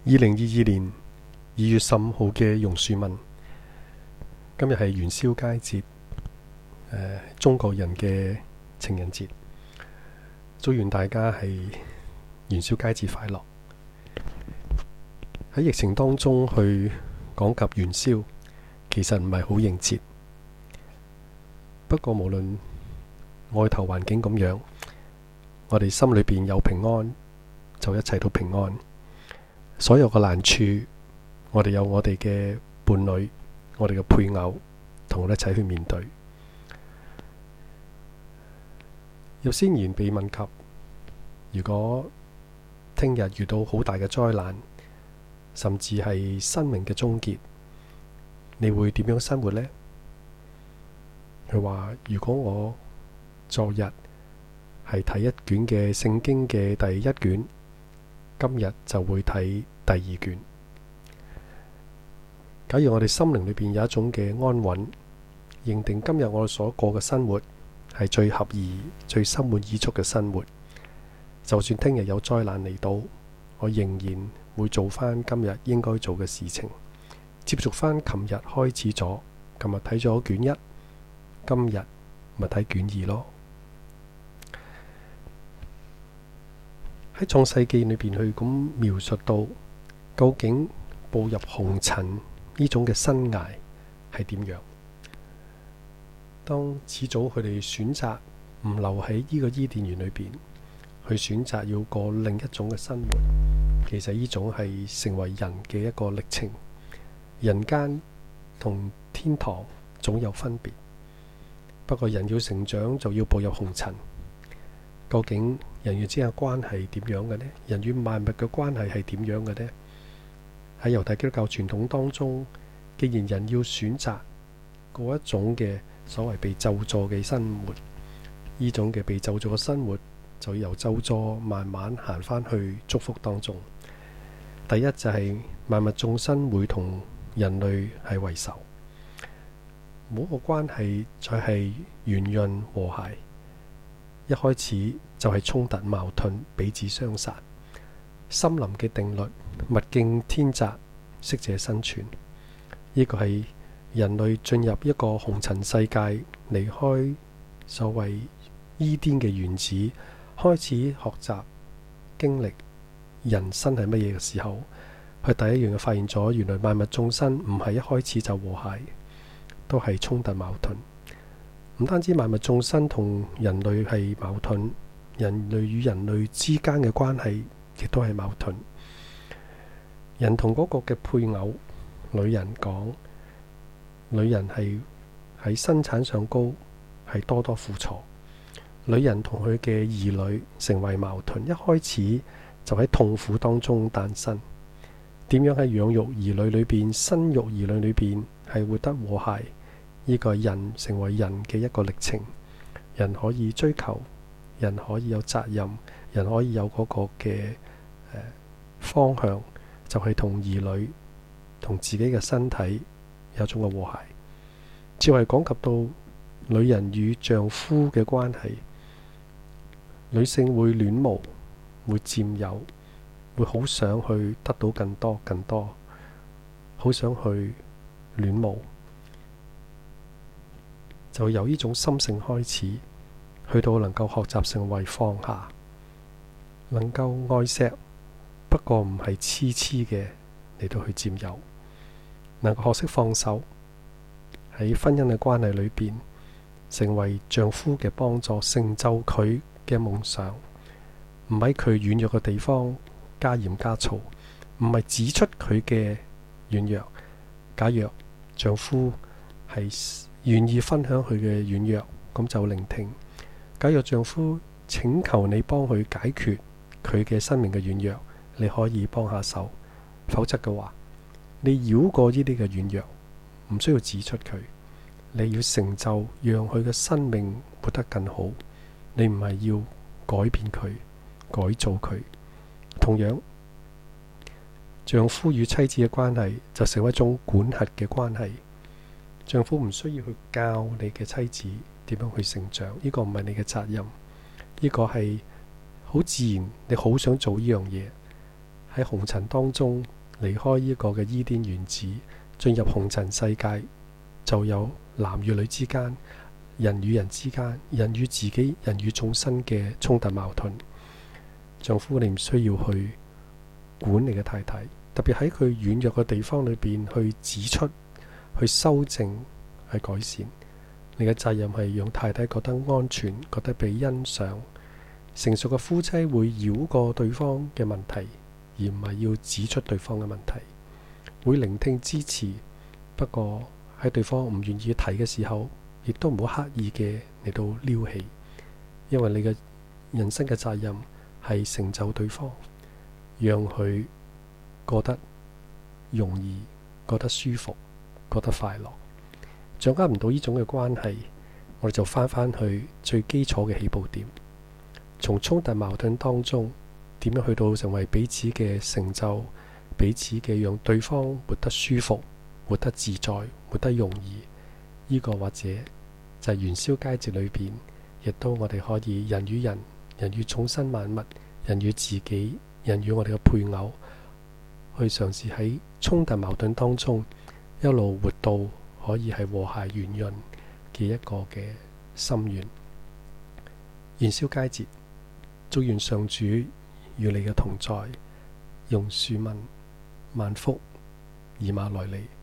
2022年2月15號嘅榕樹文，今日係元宵佳節，中國人嘅情人節，祝願大家係元宵佳節快樂。喺疫情當中去講及元宵，其實唔係好應節。不過無論外頭環境咁樣，我哋心裏邊有平安，就一切都平安。所有嘅難處，我哋有我哋嘅伴侶，我哋嘅配偶，同我哋一齊去面對。有先賢被問及，如果聽日遇到好大嘅災難，甚至係生命嘅終結，你會點樣生活呢？佢話：如果我昨日係睇一卷嘅聖經嘅第一卷，今日就會睇第二卷。假如我哋心靈裏邊有一種嘅安穩，認定今日我哋所過嘅生活係最合宜、最心滿意足嘅生活，就算聽日有災難嚟到，我仍然會做翻今日應該做嘅事情，接續翻琴日開始咗。琴日睇咗卷一，今日咪睇卷二咯。喺創世記裏邊去咁描述到，究竟步入紅塵呢種嘅生涯係點樣？當始祖佢哋選擇唔留喺呢個伊甸園裏邊，去選擇要過另一種嘅生活，其實呢種係成為人嘅一個歷程。人間同天堂總有分別，不過人要成長就要步入紅塵。究竟人與之間嘅關係點樣嘅呢？人與萬物嘅關係係點樣嘅呢？喺猶太基督教傳統當中，既然人要選擇過一種嘅所謂被咒詛嘅生活，呢種嘅被咒詛嘅生活就由咒詛慢慢行返去祝福當中。第一就係萬物眾生會同人類係為仇，冇個關係再係圓潤和諧。一開始就係衝突矛盾，彼此相殺。森林嘅定律，物競天擇，適者生存。呢個係人類進入一個紅塵世界，離開所謂伊甸嘅原子，開始學習經歷人生係乜嘢嘅時候，佢第一樣嘅發現咗，原來萬物眾生唔係一開始就和諧，都係衝突矛盾。唔單止萬物眾生同人類係矛盾，人類與人類之間嘅關係亦都係矛盾。人同嗰個嘅配偶女人講，女人係喺生產上高，係多多付出。女人同佢嘅兒女成為矛盾，一開始就喺痛苦當中誕生。點樣喺養育兒女裏邊、生育兒女裏邊係活得和諧？呢個係人成為人嘅一個歷程。人可以追求，人可以有責任，人可以有嗰個嘅方向，就係同兒女、同自己嘅身體有種嘅和諧。只係講及到女人與丈夫嘅關係，女性會戀慕，會佔有，會好想去得到更多更多，好想去戀慕。就由呢種心性開始，去到能夠學習成為放下，能夠愛錫，不過唔係痴痴嘅嚟到去佔有，能夠學識放手，喺婚姻嘅關係裏邊，成為丈夫嘅幫助，成就佢嘅夢想，唔喺佢軟弱嘅地方加鹽加醋，唔係指出佢嘅軟弱。假若丈夫係願意分享佢嘅軟弱，咁就聆聽。假若丈夫請求你幫佢解決佢嘅生命嘅軟弱，你可以幫下手。否則嘅話，你繞過呢啲嘅軟弱，唔需要指出佢，你要成就，讓佢嘅生命活得更好。你唔係要改變佢、改造佢。同樣，丈夫與妻子嘅關係就成為一種管轄嘅關係。丈夫唔需要去教你嘅妻子點樣去成長，呢個唔係你嘅責任，呢個係好自然，你好想做呢樣嘢， 喺紅塵當中離開呢個嘅伊甸園子，進入紅塵世界，就有男與女之間、人與人之間、人與自己、人與眾生嘅衝突矛盾。丈夫，你唔需要去管你嘅太太，特別喺佢軟弱嘅地方裏邊去指出、去修正、去改善。你嘅責任係讓太太覺得安全，覺得被欣賞。成熟嘅夫妻會繞過對方嘅問題，而唔係要指出對方嘅問題。會聆聽支持，不過喺對方唔願意提嘅時候，亦都唔好刻意嘅嚟到撩起，因為你嘅人生嘅責任係成就對方，讓佢覺得容易、覺得舒服、覺得快樂。掌握唔到呢種嘅關係，我哋就翻去最基礎嘅起步點，從衝突矛盾當中點樣去到成為彼此嘅成就，彼此嘅讓對方活得舒服、活得自在、活得容易。呢個或者就係元宵佳節裏邊，亦都我哋可以人與人、人與眾生萬物、人與自己、人與我哋嘅配偶，去嘗試喺衝突矛盾當中一路活到可以係和諧圓潤嘅一個嘅心願。元宵佳節，祝願上主與你嘅同在，用樹問萬福以馬內利。